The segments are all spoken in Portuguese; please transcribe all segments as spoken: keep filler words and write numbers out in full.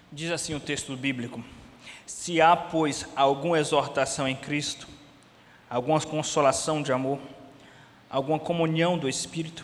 Diz assim o texto bíblico: se há, pois, alguma exortação em Cristo, alguma consolação de amor, alguma comunhão do Espírito,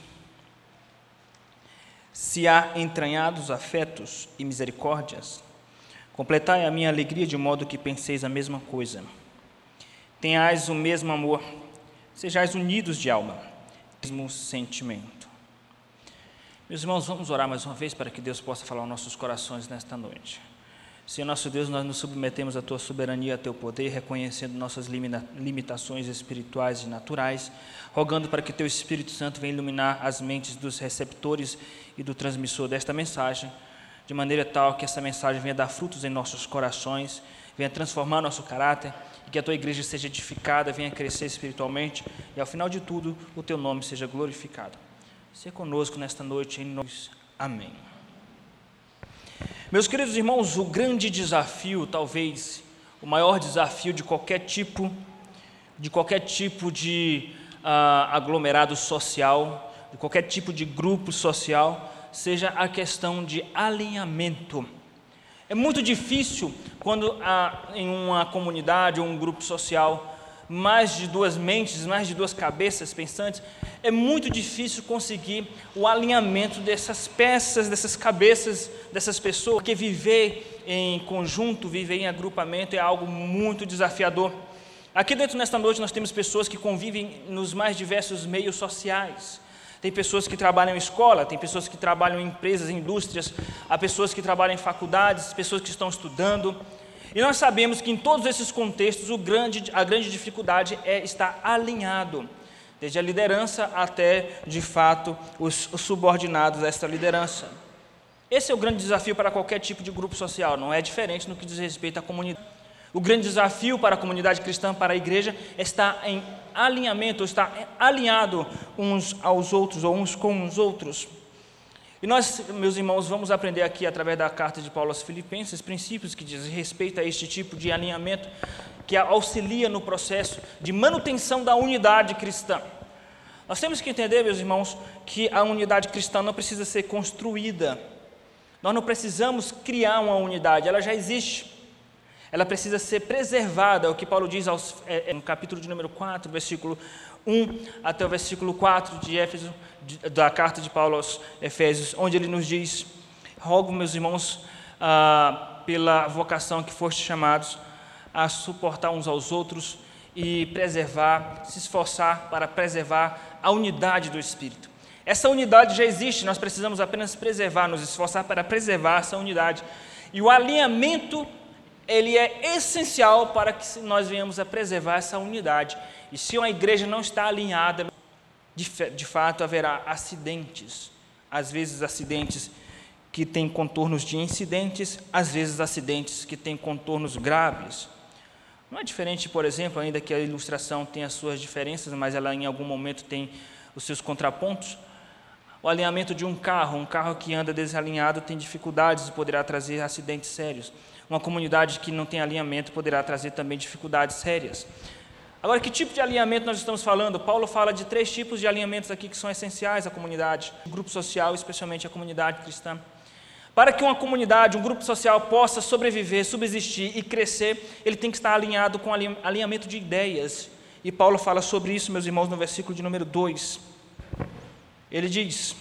se há entranhados afetos e misericórdias, completai a minha alegria de modo que penseis a mesma coisa. Tenhais o mesmo amor, sejais unidos de alma, mesmo sentimento. Meus irmãos, vamos orar mais uma vez para que Deus possa falar aos nossos corações nesta noite. Senhor nosso Deus, nós nos submetemos à Tua soberania, a Teu poder, reconhecendo nossas limitações espirituais e naturais, rogando para que Teu Espírito Santo venha iluminar as mentes dos receptores e do transmissor desta mensagem, de maneira tal que essa mensagem venha dar frutos em nossos corações, venha transformar nosso caráter, e que a Tua igreja seja edificada, venha crescer espiritualmente, e ao final de tudo, o Teu nome seja glorificado. Seja conosco nesta noite, em nome de Jesus. Amém. Meus queridos irmãos, o grande desafio, talvez o maior desafio de qualquer tipo, de qualquer tipo de uh, aglomerado social, de qualquer tipo de grupo social, seja a questão de alinhamento. É muito difícil quando há em uma comunidade ou um grupo social mais de duas mentes, mais de duas cabeças pensantes, é muito difícil conseguir o alinhamento dessas peças, dessas cabeças, dessas pessoas, porque viver em conjunto, viver em agrupamento é algo muito desafiador. Aqui dentro, nesta noite, nós temos pessoas que convivem nos mais diversos meios sociais. Tem pessoas que trabalham em escola, tem pessoas que trabalham em empresas, em indústrias, há pessoas que trabalham em faculdades, pessoas que estão estudando. E nós sabemos que em todos esses contextos o grande, a grande dificuldade é estar alinhado, desde a liderança até, de fato, os, os subordinados a essa liderança. Esse é o grande desafio para qualquer tipo de grupo social, não é diferente no que diz respeito à comunidade. O grande desafio para a comunidade cristã, para a igreja, é estar em alinhamento, estar alinhado uns aos outros ou uns com os outros. E nós, meus irmãos, vamos aprender aqui, através da carta de Paulo aos Filipenses, princípios que dizem respeito a este tipo de alinhamento, que auxilia no processo de manutenção da unidade cristã. Nós temos que entender, meus irmãos, que a unidade cristã não precisa ser construída. Nós não precisamos criar uma unidade, ela já existe. Ela precisa ser preservada, é o que Paulo diz aos, é, no capítulo de número quatro, versículo um até o versículo quatro de Éfeso, de, da carta de Paulo aos Efésios, onde ele nos diz: rogo, meus irmãos, ah, pela vocação que foste chamados, a suportar uns aos outros e preservar, se esforçar para preservar a unidade do Espírito. Essa unidade já existe, nós precisamos apenas preservar, nos esforçar para preservar essa unidade. E o alinhamento, ele é essencial para que nós venhamos a preservar essa unidade. E se uma igreja não está alinhada, de, de fato haverá acidentes, às vezes acidentes que têm contornos de incidentes, às vezes acidentes que têm contornos graves. Não é diferente, por exemplo, ainda que a ilustração tenha as suas diferenças, mas ela em algum momento tem os seus contrapontos. O alinhamento de um carro, um carro que anda desalinhado tem dificuldades e poderá trazer acidentes sérios. Uma comunidade que não tem alinhamento poderá trazer também dificuldades sérias. Agora, que tipo de alinhamento nós estamos falando? Paulo fala de três tipos de alinhamentos aqui que são essenciais à comunidade, o grupo social, especialmente a comunidade cristã. Para que uma comunidade, um grupo social possa sobreviver, subsistir e crescer, ele tem que estar alinhado com alinhamento de ideias. E Paulo fala sobre isso, meus irmãos, no versículo de número dois. Ele diz: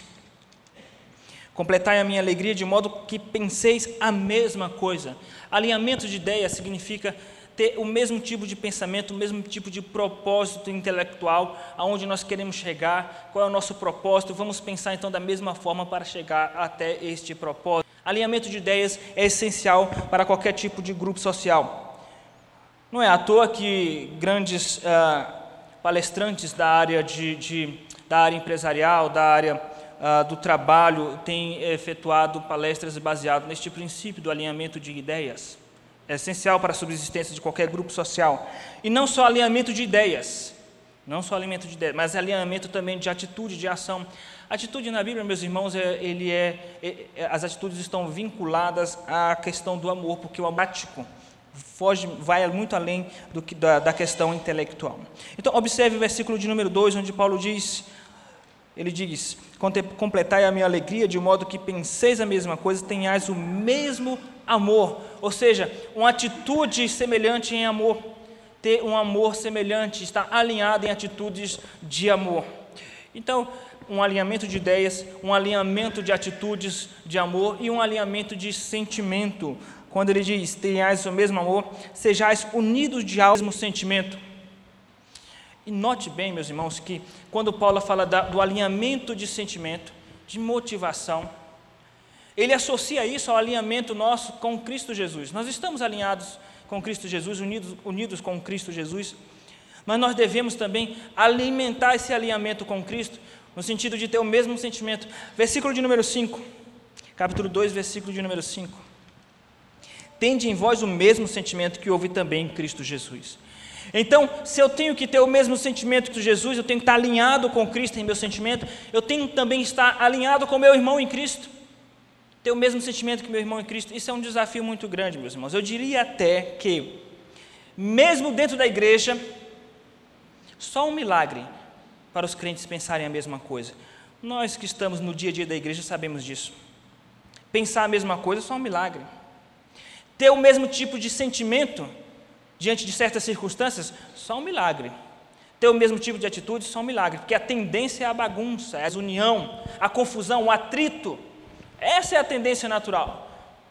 completai a minha alegria de modo que penseis a mesma coisa. Alinhamento de ideias significa ter o mesmo tipo de pensamento, o mesmo tipo de propósito intelectual, aonde nós queremos chegar, qual é o nosso propósito, vamos pensar então da mesma forma para chegar até este propósito. Alinhamento de ideias é essencial para qualquer tipo de grupo social. Não é à toa que grandes ah, palestrantes da área, de, de, da área empresarial, da área ah, do trabalho, têm efetuado palestras baseadas neste princípio do alinhamento de ideias. É essencial para a subsistência de qualquer grupo social. E não só alinhamento de ideias, não só alinhamento de ideias, mas alinhamento também de atitude, de ação. Atitude na Bíblia, meus irmãos, é, ele é, é, as atitudes estão vinculadas à questão do amor, porque o prático foge, vai muito além do que, da, da questão intelectual. Então, observe o versículo de número dois, onde Paulo diz: Ele diz: completai a minha alegria, de modo que penseis a mesma coisa, tenhais o mesmo amor. Ou seja, uma atitude semelhante em amor. Ter um amor semelhante, estar alinhado em atitudes de amor. Então, um alinhamento de ideias, um alinhamento de atitudes de amor e um alinhamento de sentimento. Quando ele diz: tenhais o mesmo amor, sejais unidos de alma, mesmo sentimento. E note bem, meus irmãos, que quando Paulo fala da, do alinhamento de sentimento, de motivação, ele associa isso ao alinhamento nosso com Cristo Jesus. Nós estamos alinhados com Cristo Jesus, unidos, unidos com Cristo Jesus, mas nós devemos também alimentar esse alinhamento com Cristo, no sentido de ter o mesmo sentimento. Versículo de número cinco, capítulo dois, versículo de número cinco. Tende em vós o mesmo sentimento que houve também em Cristo Jesus. Então, se eu tenho que ter o mesmo sentimento que Jesus, eu tenho que estar alinhado com Cristo em meu sentimento, eu tenho que também estar alinhado com meu irmão em Cristo, ter o mesmo sentimento que meu irmão em Cristo. Isso é um desafio muito grande, meus irmãos. Eu diria até que, mesmo dentro da igreja, só um milagre para os crentes pensarem a mesma coisa. Nós que estamos no dia a dia da igreja sabemos disso. Pensar a mesma coisa é só um milagre. Ter o mesmo tipo de sentimento diante de certas circunstâncias, só um milagre. Ter o mesmo tipo de atitude, só um milagre, porque a tendência é a bagunça, é a desunião, a confusão, o atrito. Essa é a tendência natural.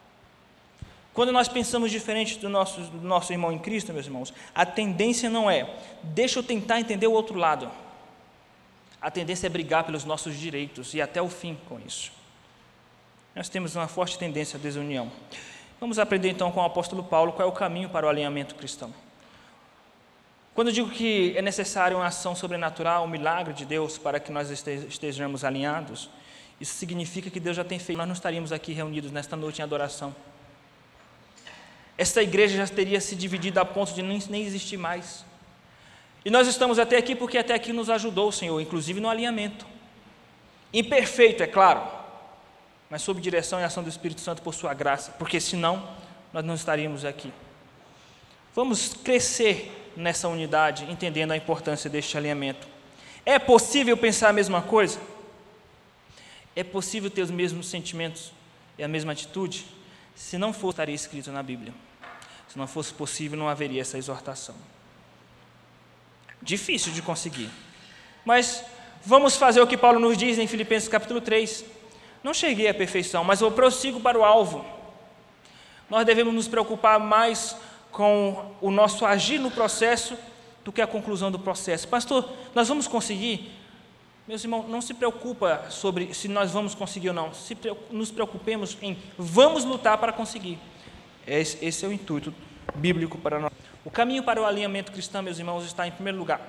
Quando nós pensamos diferente do nosso, do nosso irmão em Cristo, meus irmãos, a tendência não é: deixa eu tentar entender o outro lado. A tendência é brigar pelos nossos direitos e até o fim com isso. Nós temos uma forte tendência à desunião. Vamos aprender então com o apóstolo Paulo qual é o caminho para o alinhamento cristão. Quando eu digo que é necessário uma ação sobrenatural, um milagre de Deus para que nós estejamos alinhados, isso significa que Deus já tem feito. Nós não estaríamos aqui reunidos nesta noite em adoração. Esta igreja já teria se dividido a ponto de nem, nem existir mais. E nós estamos até aqui porque até aqui nos ajudou o Senhor, inclusive no alinhamento. Imperfeito, é claro, mas sob direção e ação do Espírito Santo por sua graça, porque senão nós não estaríamos aqui. Vamos crescer nessa unidade, entendendo a importância deste alinhamento. É possível pensar a mesma coisa? É possível ter os mesmos sentimentos e a mesma atitude? Se não fosse, estaria escrito na Bíblia. Se não fosse possível, não haveria essa exortação. Difícil de conseguir. Mas vamos fazer o que Paulo nos diz em Filipenses capítulo três. Não cheguei à perfeição, mas eu prossigo para o alvo. Nós devemos nos preocupar mais com o nosso agir no processo do que a conclusão do processo. Pastor, nós vamos conseguir? Meus irmãos, não se preocupa sobre se nós vamos conseguir ou não. Se nos preocupemos em vamos lutar para conseguir. Esse, esse é o intuito bíblico para nós. O caminho para o alinhamento cristão, meus irmãos, está em primeiro lugar.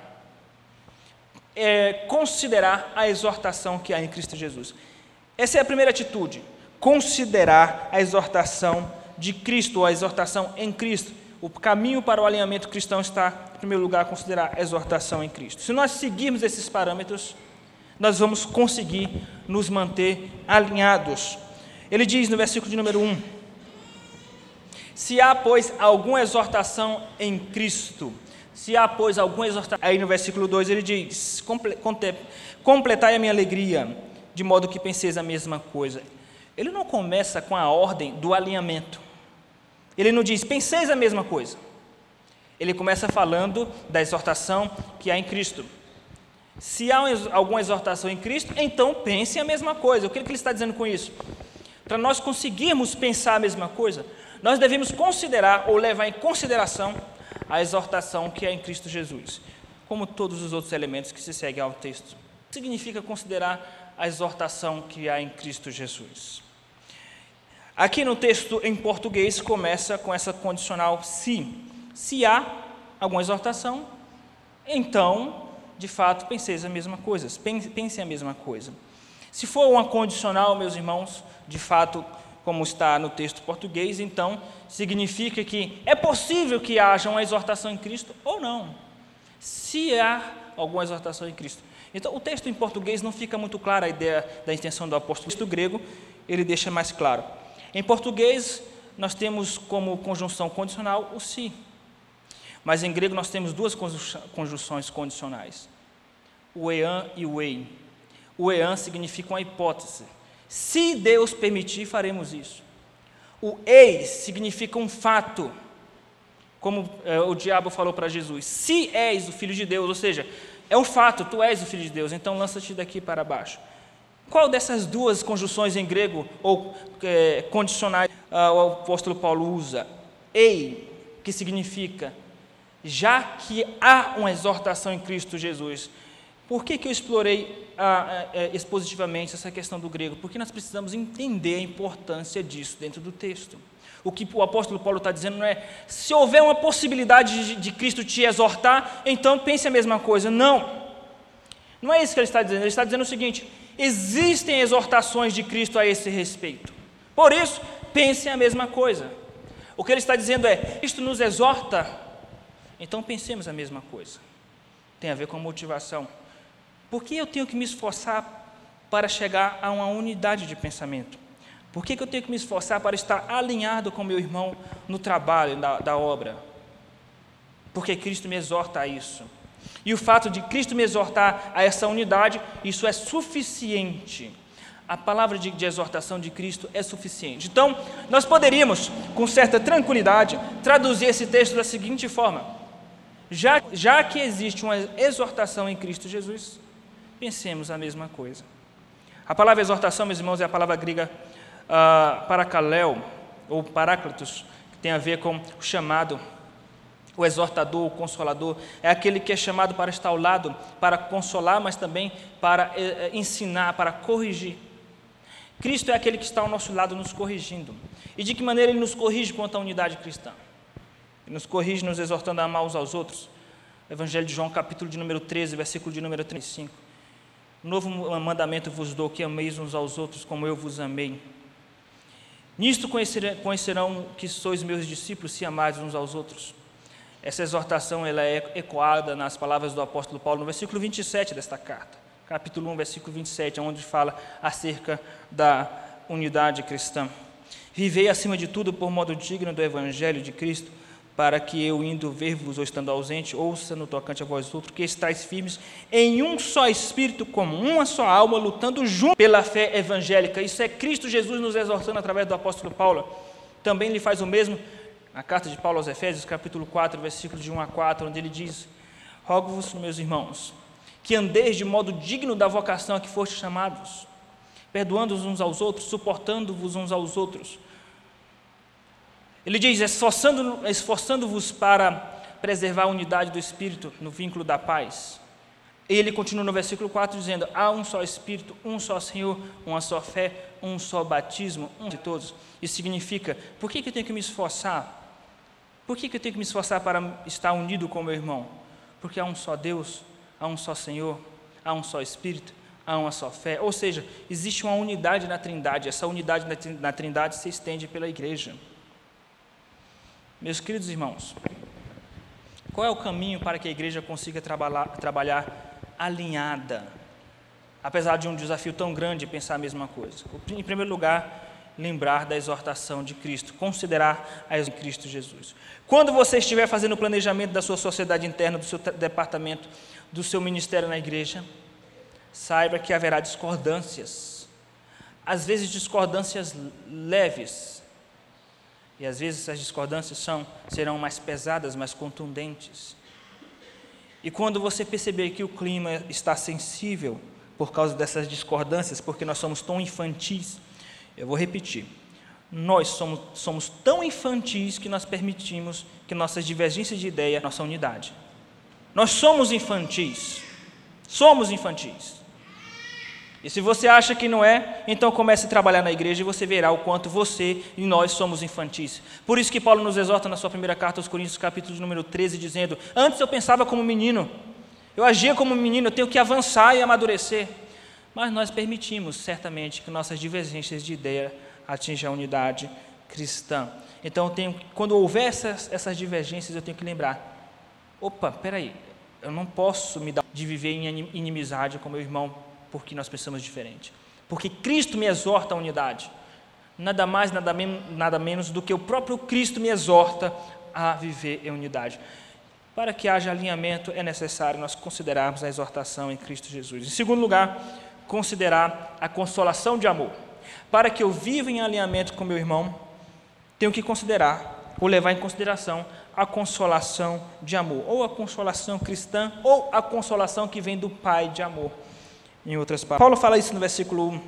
É considerar a exortação que há em Cristo Jesus. Essa é a primeira atitude, considerar a exortação de Cristo, ou a exortação em Cristo. O caminho para o alinhamento cristão está, em primeiro lugar, considerar a exortação em Cristo. Se nós seguirmos esses parâmetros, nós vamos conseguir nos manter alinhados. Ele diz no versículo de número um: se há, pois, alguma exortação em Cristo, se há, pois, alguma exortação, aí no versículo dois ele diz: completai a minha alegria, de modo que penseis a mesma coisa. Ele não começa com a ordem do alinhamento. Ele não diz, penseis a mesma coisa. Ele começa falando da exortação que há em Cristo. Se há alguma exortação em Cristo, então pensem a mesma coisa. O que ele está dizendo com isso? Para nós conseguirmos pensar a mesma coisa, nós devemos considerar ou levar em consideração a exortação que há em Cristo Jesus, como todos os outros elementos que se seguem ao texto. Significa considerar a exortação que há em Cristo Jesus. Aqui no texto em português começa com essa condicional se. Se há alguma exortação, então, de fato, penseis a mesma coisa, pensem a mesma coisa. Se for uma condicional, meus irmãos, de fato, como está no texto português, então, significa que é possível que haja uma exortação em Cristo ou não. Se há alguma exortação em Cristo. Então, o texto em português não fica muito clara a ideia da intenção do apóstolo. O texto grego, ele deixa mais claro. Em português, nós temos como conjunção condicional o se. Mas em grego nós temos duas conjunções condicionais, o ean e o ei. O ean significa uma hipótese. Se Deus permitir, faremos isso. O eis significa um fato, como é, o diabo falou para Jesus. Se és o Filho de Deus, ou seja, é um fato, tu és o Filho de Deus, então lança-te daqui para baixo. Qual dessas duas conjunções em grego, ou é, condicionais, ah, o apóstolo Paulo usa? Ei, que significa, já que há uma exortação em Cristo Jesus. Por que, que eu explorei ah, ah, expositivamente essa questão do grego? Porque nós precisamos entender a importância disso dentro do texto. O que o apóstolo Paulo está dizendo não é, se houver uma possibilidade de, de Cristo te exortar, então pense a mesma coisa. Não, não é isso que ele está dizendo. Ele está dizendo o seguinte, existem exortações de Cristo a esse respeito. Por isso, pense a mesma coisa. O que ele está dizendo é, Cristo nos exorta, então pensemos a mesma coisa. Tem a ver com motivação. Por que eu tenho que me esforçar para chegar a uma unidade de pensamento? Por que, que eu tenho que me esforçar para estar alinhado com meu irmão no trabalho da, da obra? Porque Cristo me exorta a isso. E o fato de Cristo me exortar a essa unidade, isso é suficiente. A palavra de, de exortação de Cristo é suficiente. Então, nós poderíamos, com certa tranquilidade, traduzir esse texto da seguinte forma. Já, já que existe uma exortação em Cristo Jesus, pensemos a mesma coisa. A palavra exortação, meus irmãos, é a palavra grega uh, parakaleo, ou paráclitos, que tem a ver com o chamado, o exortador, o consolador. É aquele que é chamado para estar ao lado, para consolar, mas também para eh, ensinar, para corrigir. Cristo é aquele que está ao nosso lado nos corrigindo. E de que maneira Ele nos corrige quanto à unidade cristã? Ele nos corrige nos exortando a amar uns aos outros. Evangelho de João, capítulo de número treze, versículo de número trinta e cinco. Novo mandamento vos dou, que ameis uns aos outros como eu vos amei. Nisto conhecerão que sois meus discípulos, se amardes uns aos outros. Essa exortação ela é ecoada nas palavras do apóstolo Paulo, no versículo vinte e sete desta carta. Capítulo um, versículo vinte e sete, onde fala acerca da unidade cristã. Vivei acima de tudo por modo digno do Evangelho de Cristo, para que eu, indo ver-vos ou estando ausente, ouça no tocante a vós outros, que estáis firmes em um só espírito, como uma só alma, lutando juntos pela fé evangélica. Isso é Cristo Jesus nos exortando através do apóstolo Paulo. Também ele faz o mesmo na carta de Paulo aos Efésios, capítulo quatro, versículos de um a quatro, onde ele diz: rogo-vos, meus irmãos, que andeis de modo digno da vocação a que fostes chamados, perdoando-vos uns aos outros, suportando-vos uns aos outros. Ele diz, esforçando, esforçando-vos para preservar a unidade do Espírito no vínculo da paz. E ele continua no versículo quatro dizendo, há um só Espírito, um só Senhor, uma só fé, um só batismo, um de todos. Isso significa, por que, que eu tenho que me esforçar? Por que, que eu tenho que me esforçar para estar unido com meu irmão? Porque há um só Deus, há um só Senhor, há um só Espírito, há uma só fé. Ou seja, existe uma unidade na Trindade. Essa unidade na Trindade se estende pela igreja. Meus queridos irmãos, qual é o caminho para que a igreja consiga trabalhar, trabalhar alinhada, apesar de um desafio tão grande pensar a mesma coisa? Em primeiro lugar, lembrar da exortação de Cristo, considerar a exortação de Cristo Jesus. Quando você estiver fazendo o planejamento da sua sociedade interna, do seu departamento, do seu ministério na igreja, saiba que haverá discordâncias, às vezes discordâncias leves, e às vezes essas discordâncias são, serão mais pesadas, mais contundentes. E quando você perceber que o clima está sensível por causa dessas discordâncias, porque nós somos tão infantis, eu vou repetir, nós somos, somos tão infantis que nós permitimos que nossas divergências de ideia, nossa unidade. Nós somos infantis, somos infantis. E se você acha que não é, então comece a trabalhar na igreja e você verá o quanto você e nós somos infantis. Por isso que Paulo nos exorta na sua primeira carta aos Coríntios, capítulo número treze, dizendo, antes eu pensava como menino, eu agia como menino, eu tenho que avançar e amadurecer. Mas nós permitimos, certamente, que nossas divergências de ideia atinjam a unidade cristã. Então, eu tenho, quando houver essas, essas divergências, eu tenho que lembrar, opa, peraí, eu não posso me dar de viver em inimizade com meu irmão, porque nós pensamos diferente. Porque Cristo me exorta à unidade. Nada mais, nada, men- nada menos do que o próprio Cristo me exorta a viver em unidade. Para que haja alinhamento, é necessário nós considerarmos a exortação em Cristo Jesus. Em segundo lugar, considerar a consolação de amor. Para que eu viva em alinhamento com meu irmão, tenho que considerar, ou levar em consideração, a consolação de amor, ou a consolação cristã, ou a consolação que vem do Pai de amor, em outras palavras. Paulo fala isso no versículo um.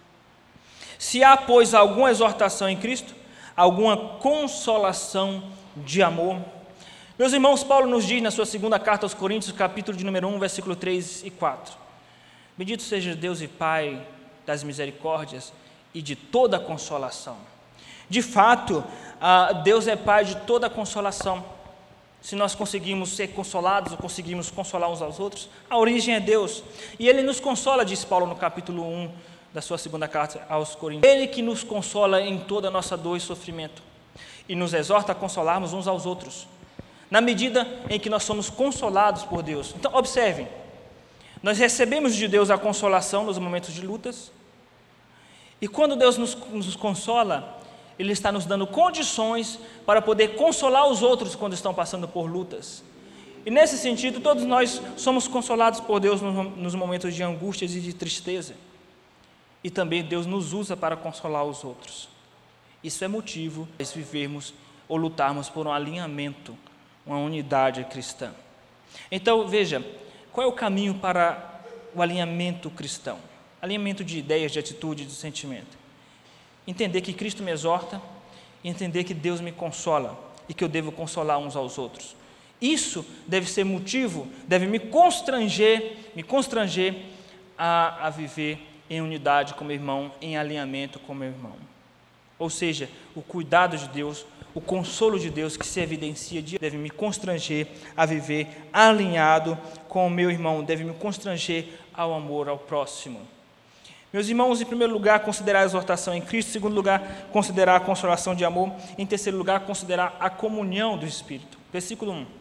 Se há, pois, alguma exortação em Cristo, alguma consolação de amor. Meus irmãos, Paulo nos diz na sua segunda carta aos Coríntios, capítulo de número um, versículo três e quatro. Bendito seja Deus e Pai das misericórdias e de toda consolação. De fato, Deus é Pai de toda consolação. Se nós conseguimos ser consolados ou conseguimos consolar uns aos outros, a origem é Deus. E Ele nos consola, diz Paulo no capítulo um da sua segunda carta aos Coríntios. Ele que nos consola em toda a nossa dor e sofrimento e nos exorta a consolarmos uns aos outros, na medida em que nós somos consolados por Deus. Então, observem, nós recebemos de Deus a consolação nos momentos de lutas, e quando Deus nos, nos consola, Ele está nos dando condições para poder consolar os outros quando estão passando por lutas. E nesse sentido, todos nós somos consolados por Deus nos momentos de angústias e de tristeza. E também Deus nos usa para consolar os outros. Isso é motivo de vivermos ou lutarmos por um alinhamento, uma unidade cristã. Então, veja, qual é o caminho para o alinhamento cristão? Alinhamento de ideias, de atitude, de sentimento. Entender que Cristo me exorta, entender que Deus me consola e que eu devo consolar uns aos outros. Isso deve ser motivo, deve me constranger, me constranger a, a viver em unidade com meu irmão, em alinhamento com meu irmão. Ou seja, o cuidado de Deus, o consolo de Deus que se evidencia deve me constranger a viver alinhado com o meu irmão, deve me constranger ao amor ao próximo. Meus irmãos, em primeiro lugar, considerar a exortação em Cristo. Em segundo lugar, considerar a consolação de amor. Em terceiro lugar, considerar a comunhão do Espírito. Versículo um.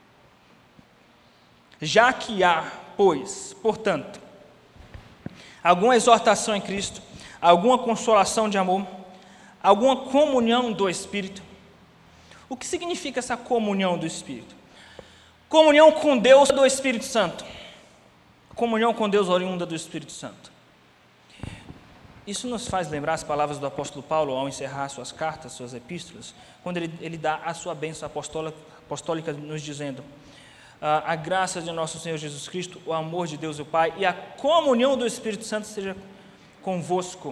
Já que há, pois, portanto, alguma exortação em Cristo, alguma consolação de amor, alguma comunhão do Espírito. O que significa essa comunhão do Espírito? Comunhão com Deus do Espírito Santo. Comunhão com Deus oriunda do Espírito Santo. Isso nos faz lembrar as palavras do apóstolo Paulo ao encerrar suas cartas, suas epístolas, quando ele, ele dá a sua bênção apostólica, apostólica nos dizendo: a graça de nosso Senhor Jesus Cristo, o amor de Deus o Pai e a comunhão do Espírito Santo seja convosco.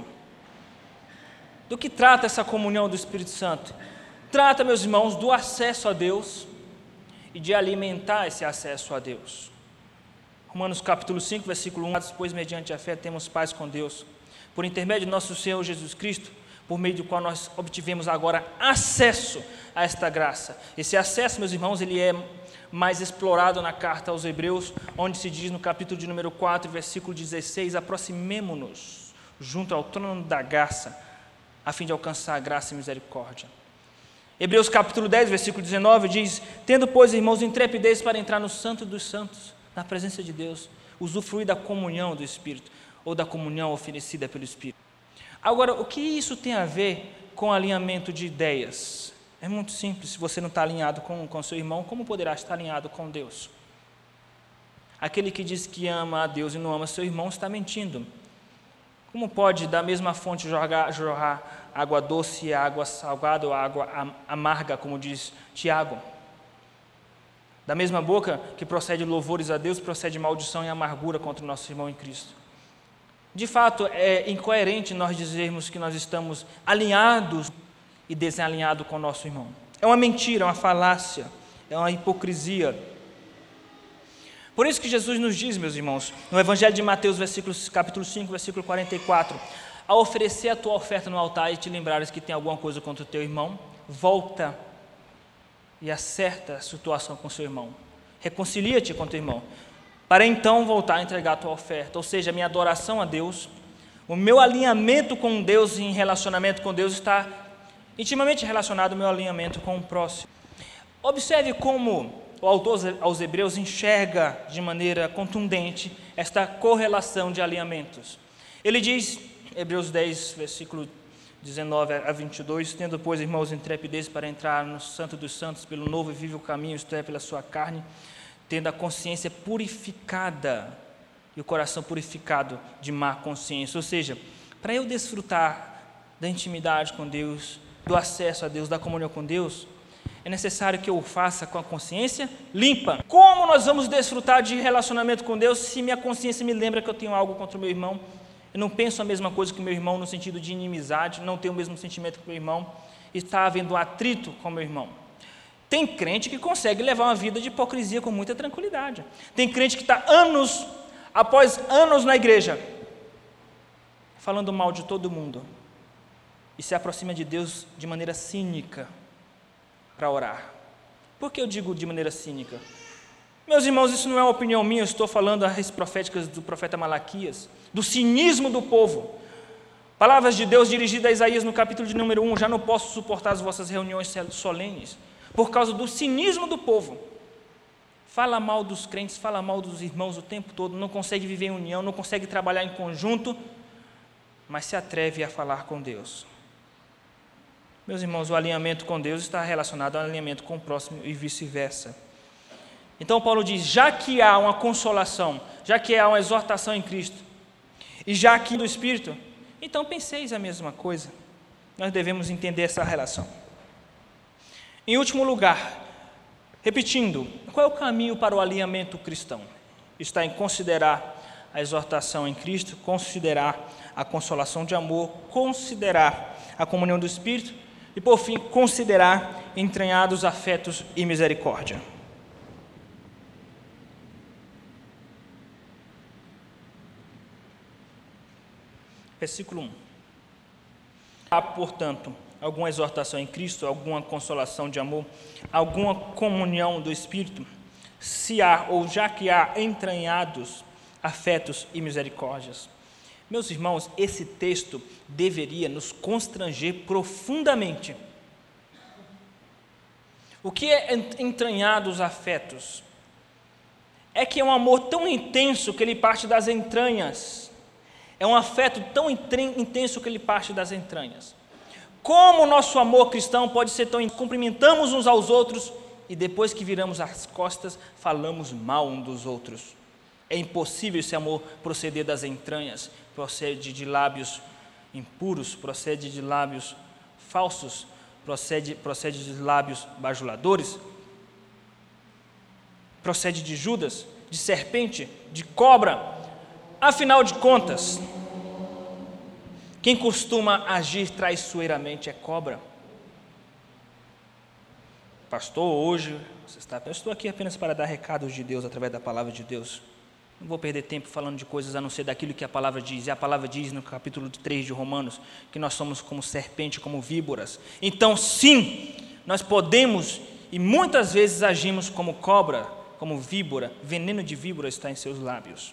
Do que trata essa comunhão do Espírito Santo? Trata, meus irmãos, do acesso a Deus e de alimentar esse acesso a Deus. Romanos capítulo cinco, versículo um, pois mediante a fé temos paz com Deus, por intermédio de nosso Senhor Jesus Cristo, por meio do qual nós obtivemos agora acesso a esta graça. Esse acesso, meus irmãos, ele é mais explorado na carta aos Hebreus, onde se diz no capítulo de número quatro, versículo dezesseis, aproximemo-nos junto ao trono da graça, a fim de alcançar a graça e misericórdia. Hebreus capítulo dez, versículo dezenove, diz: tendo, pois, irmãos, intrepidez para entrar no santo dos santos, na presença de Deus, usufruir da comunhão do Espírito, ou da comunhão oferecida pelo Espírito. Agora, o que isso tem a ver com alinhamento de ideias? É muito simples. Se você não está alinhado com o seu irmão, como poderá estar alinhado com Deus? Aquele que diz que ama a Deus e não ama seu irmão está mentindo. Como pode da mesma fonte jorrar, jorrar água doce, água salgada ou água amarga, como diz Tiago? Da mesma boca que procede louvores a Deus, procede maldição e amargura contra o nosso irmão em Cristo. De fato, é incoerente nós dizermos que nós estamos alinhados e desalinhados com o nosso irmão. É uma mentira, é uma falácia, é uma hipocrisia. Por isso que Jesus nos diz, meus irmãos, no Evangelho de Mateus, capítulo cinco, versículo quarenta e quatro, ao oferecer a tua oferta no altar e te lembrares que tem alguma coisa contra o teu irmão, volta e acerta a situação com o seu irmão. Reconcilia-te com o teu irmão, para então voltar a entregar a tua oferta. Ou seja, a minha adoração a Deus, o meu alinhamento com Deus em relacionamento com Deus está intimamente relacionado ao meu alinhamento com o próximo. Observe como o autor aos Hebreus enxerga de maneira contundente esta correlação de alinhamentos. Ele diz, Hebreus dez, versículo dezenove a vinte e dois, tendo, pois, irmãos, intrepidez para entrar no santo dos santos pelo novo e vivo caminho, isto é, pela sua carne, tendo a consciência purificada e o coração purificado de má consciência. Ou seja, para eu desfrutar da intimidade com Deus, do acesso a Deus, da comunhão com Deus, é necessário que eu o faça com a consciência limpa. Como nós vamos desfrutar de relacionamento com Deus se minha consciência me lembra que eu tenho algo contra o meu irmão? Eu não penso a mesma coisa que o meu irmão no sentido de inimizade, não tenho o mesmo sentimento que o meu irmão, está havendo atrito com o meu irmão. Tem crente que consegue levar uma vida de hipocrisia com muita tranquilidade. Tem crente que está anos, após anos na igreja, falando mal de todo mundo, e se aproxima de Deus de maneira cínica para orar. Por que eu digo de maneira cínica? Meus irmãos, isso não é uma opinião minha, eu estou falando as proféticas do profeta Malaquias, do cinismo do povo. Palavras de Deus dirigidas a Isaías no capítulo de número um, já não posso suportar as vossas reuniões solenes, por causa do cinismo do povo. Fala mal dos crentes, fala mal dos irmãos o tempo todo, não consegue viver em união, não consegue trabalhar em conjunto, mas se atreve a falar com Deus. Meus irmãos, o alinhamento com Deus está relacionado ao alinhamento com o próximo e vice-versa. Então Paulo diz, já que há uma consolação, já que há uma exortação em Cristo, e já que do Espírito, então penseis a mesma coisa. Nós devemos entender essa relação. Em último lugar, repetindo, qual é o caminho para o alinhamento cristão? Está em considerar a exortação em Cristo, considerar a consolação de amor, considerar a comunhão do Espírito e, por fim, considerar entranhados afetos e misericórdia. Versículo um. Há, portanto, alguma exortação em Cristo, alguma consolação de amor, alguma comunhão do Espírito, se há, ou já que há, entranhados afetos e misericórdias. Meus irmãos, esse texto deveria nos constranger profundamente. O que é entranhados afetos? É que é um amor tão intenso que ele parte das entranhas. É um afeto tão intenso que ele parte das entranhas. Como o nosso amor cristão pode ser tão... Cumprimentamos uns aos outros e depois que viramos as costas, falamos mal uns dos outros. É impossível esse amor proceder das entranhas, procede de lábios impuros, procede de lábios falsos, procede, procede de lábios bajuladores, procede de Judas, de serpente, de cobra. Afinal de contas, quem costuma agir traiçoeiramente é cobra. Pastor, hoje, você está... eu estou aqui apenas para dar recados de Deus através da palavra de Deus. Não vou perder tempo falando de coisas a não ser daquilo que a palavra diz. E a palavra diz no capítulo três de Romanos que nós somos como serpente, como víboras. Então, sim, nós podemos e muitas vezes agimos como cobra, como víbora. Veneno de víbora está em seus lábios.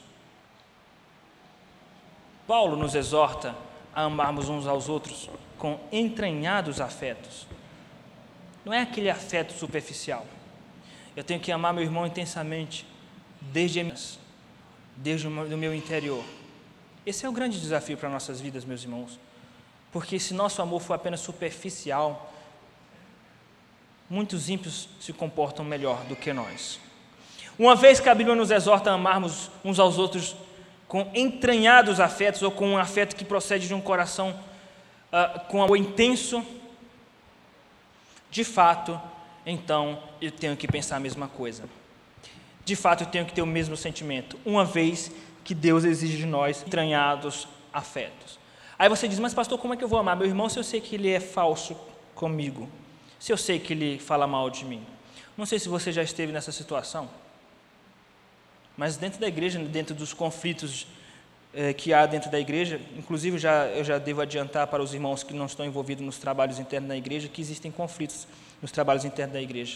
Paulo nos exorta a amarmos uns aos outros com entranhados afetos. Não é aquele afeto superficial. Eu tenho que amar meu irmão intensamente, desde a minha, desde o meu interior. Esse é o grande desafio para nossas vidas, meus irmãos. Porque se nosso amor for apenas superficial, muitos ímpios se comportam melhor do que nós. Uma vez que a Bíblia nos exorta a amarmos uns aos outros com entranhados afetos, ou com um afeto que procede de um coração uh, com amor intenso, de fato, então, eu tenho que pensar a mesma coisa. De fato, eu tenho que ter o mesmo sentimento, uma vez que Deus exige de nós entranhados afetos. Aí você diz, mas pastor, como é que eu vou amar meu irmão se eu sei que ele é falso comigo? Se eu sei que ele fala mal de mim? Não sei se você já esteve nessa situação, mas dentro da igreja, dentro dos conflitos eh, que há dentro da igreja, inclusive já, eu já devo adiantar para os irmãos que não estão envolvidos nos trabalhos internos da igreja, que existem conflitos nos trabalhos internos da igreja.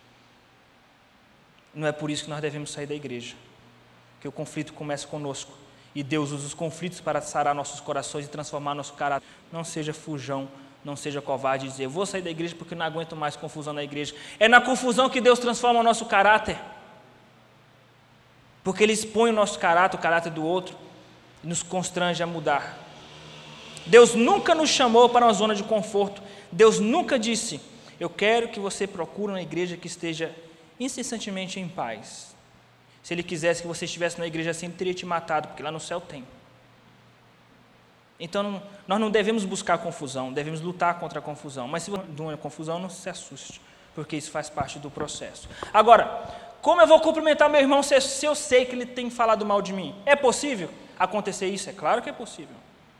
Não é por isso que nós devemos sair da igreja, que o conflito começa conosco, e Deus usa os conflitos para sarar nossos corações e transformar nosso caráter. Não seja fujão, não seja covarde e dizer, eu vou sair da igreja porque não aguento mais confusão na igreja. É na confusão que Deus transforma o nosso caráter, porque Ele expõe o nosso caráter, o caráter do outro, e nos constrange a mudar. Deus nunca nos chamou para uma zona de conforto. Deus nunca disse, eu quero que você procure uma igreja que esteja incessantemente em paz. Se Ele quisesse que você estivesse na igreja sempre, teria te matado, porque lá no céu tem. Então, não, nós não devemos buscar confusão, devemos lutar contra a confusão. Mas se você de uma confusão, não se assuste, porque isso faz parte do processo. Agora, como eu vou cumprimentar meu irmão se, se eu sei que ele tem falado mal de mim? É possível acontecer isso? É claro que é possível.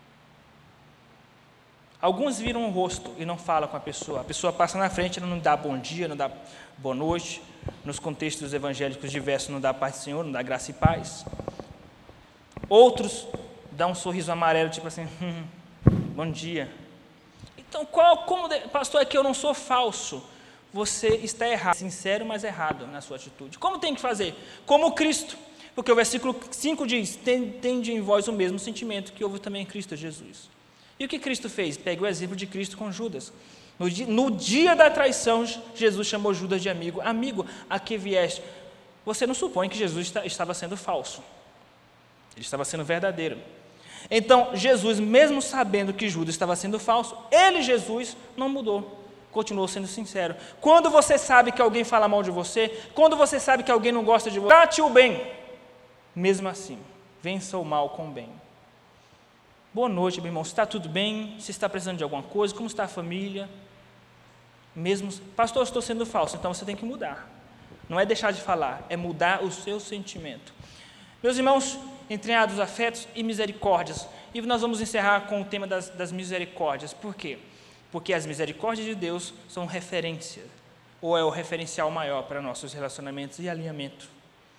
Alguns viram o rosto e não falam com a pessoa. A pessoa passa na frente, ela não dá bom dia, não dá boa noite. Nos contextos evangélicos diversos, não dá paz do Senhor, não dá graça e paz. Outros dão um sorriso amarelo, tipo assim, hum, bom dia. Então, qual, como, pastor, é que eu não sou falso? Você está errado, sincero, mas errado na sua atitude. Como tem que fazer? Como Cristo. Porque o versículo cinco diz, tende em vós o mesmo sentimento que houve também em Cristo Jesus. E o que Cristo fez? Pega o exemplo de Cristo com Judas. No dia, no dia da traição, Jesus chamou Judas de amigo. Amigo, a que vieste? Você não supõe que Jesus está, estava sendo falso. Ele estava sendo verdadeiro. Então, Jesus, mesmo sabendo que Judas estava sendo falso, ele, Jesus, não mudou. Continuou sendo sincero. Quando você sabe que alguém fala mal de você, quando você sabe que alguém não gosta de você, trate-o bem. Mesmo assim, vença o mal com o bem. Boa noite, meu irmão. Se está tudo bem? Se está precisando de alguma coisa? Como está a família? Mesmo, pastor, eu estou sendo falso, então você tem que mudar. Não é deixar de falar, é mudar o seu sentimento. Meus irmãos, entranhados afetos e misericórdias. E nós vamos encerrar com o tema das, das misericórdias. Por quê? Porque as misericórdias de Deus são referência, ou é o referencial maior para nossos relacionamentos e alinhamento.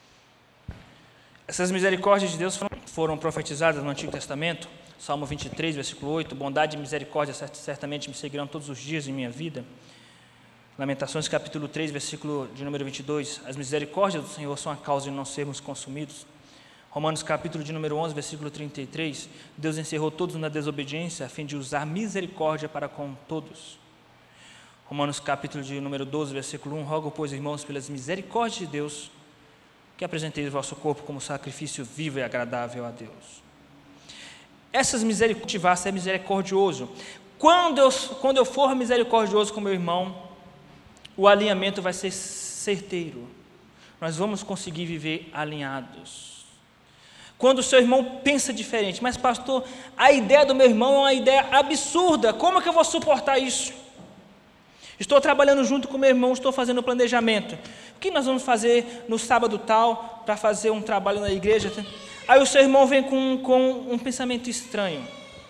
Essas misericórdias de Deus foram, foram profetizadas no Antigo Testamento. Salmo vinte e três, versículo oito, bondade e misericórdia certamente me seguirão todos os dias de minha vida. Lamentações, capítulo três, versículo de número vinte e dois, as misericórdias do Senhor são a causa de não sermos consumidos. Romanos, capítulo de número onze, versículo trinta e três, Deus encerrou todos na desobediência, a fim de usar misericórdia para com todos. Romanos, capítulo de número doze, versículo um, rogo, pois, irmãos, pelas misericórdias de Deus, que apresenteis o vosso corpo como sacrifício vivo e agradável a Deus. Essas misericórdias, é misericordioso. Quando eu, quando eu for misericordioso com meu irmão, o alinhamento vai ser certeiro. Nós vamos conseguir viver alinhados. Quando o seu irmão pensa diferente, mas pastor, a ideia do meu irmão é uma ideia absurda, como é que eu vou suportar isso? Estou trabalhando junto com meu irmão, estou fazendo o planejamento. O que nós vamos fazer no sábado tal, para fazer um trabalho na igreja? Aí o seu irmão vem com, com um pensamento estranho.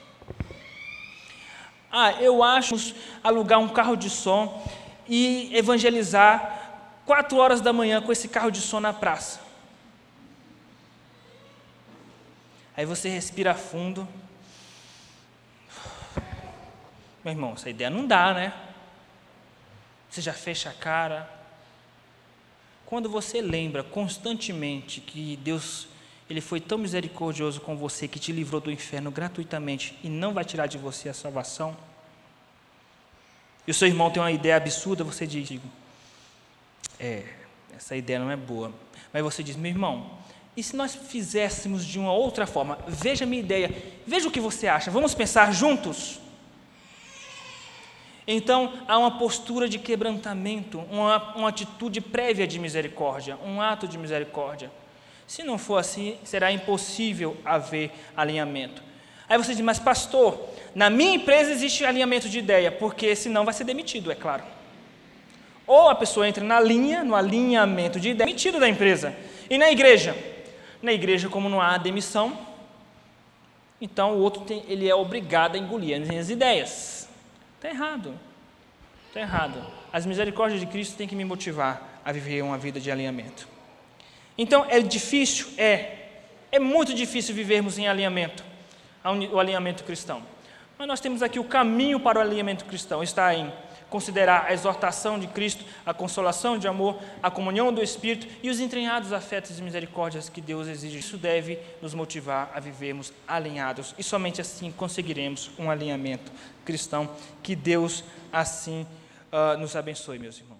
Ah, eu acho alugar um carro de som e evangelizar quatro horas da manhã com esse carro de som na praça. Aí você respira fundo. Meu irmão, essa ideia não dá, né? Você já fecha a cara. Quando você lembra constantemente que Deus, Ele foi tão misericordioso com você, que te livrou do inferno gratuitamente e não vai tirar de você a salvação, e o seu irmão tem uma ideia absurda, você diz, é, essa ideia não é boa. Mas você diz, meu irmão, e se nós fizéssemos de uma outra forma? Veja a minha ideia, veja o que você acha, vamos pensar juntos? Então, há uma postura de quebrantamento, uma, uma atitude prévia de misericórdia, um ato de misericórdia. Se não for assim, será impossível haver alinhamento. Aí você diz, mas pastor, na minha empresa existe alinhamento de ideia, porque senão vai ser demitido, é claro. Ou a pessoa entra na linha, no alinhamento de ideia, demitido da empresa. E na igreja? Na igreja, como não há demissão, então o outro tem, ele é obrigado a engolir as minhas ideias. Está errado, está errado. As misericórdias de Cristo têm que me motivar a viver uma vida de alinhamento. Então, é difícil? É. É muito difícil vivermos em alinhamento, o alinhamento cristão. Mas nós temos aqui o caminho para o alinhamento cristão, está em considerar a exortação de Cristo, a consolação de amor, a comunhão do Espírito e os entranhados afetos e misericórdias que Deus exige. Isso deve nos motivar a vivermos alinhados e somente assim conseguiremos um alinhamento cristão. Que Deus assim uh, nos abençoe, meus irmãos.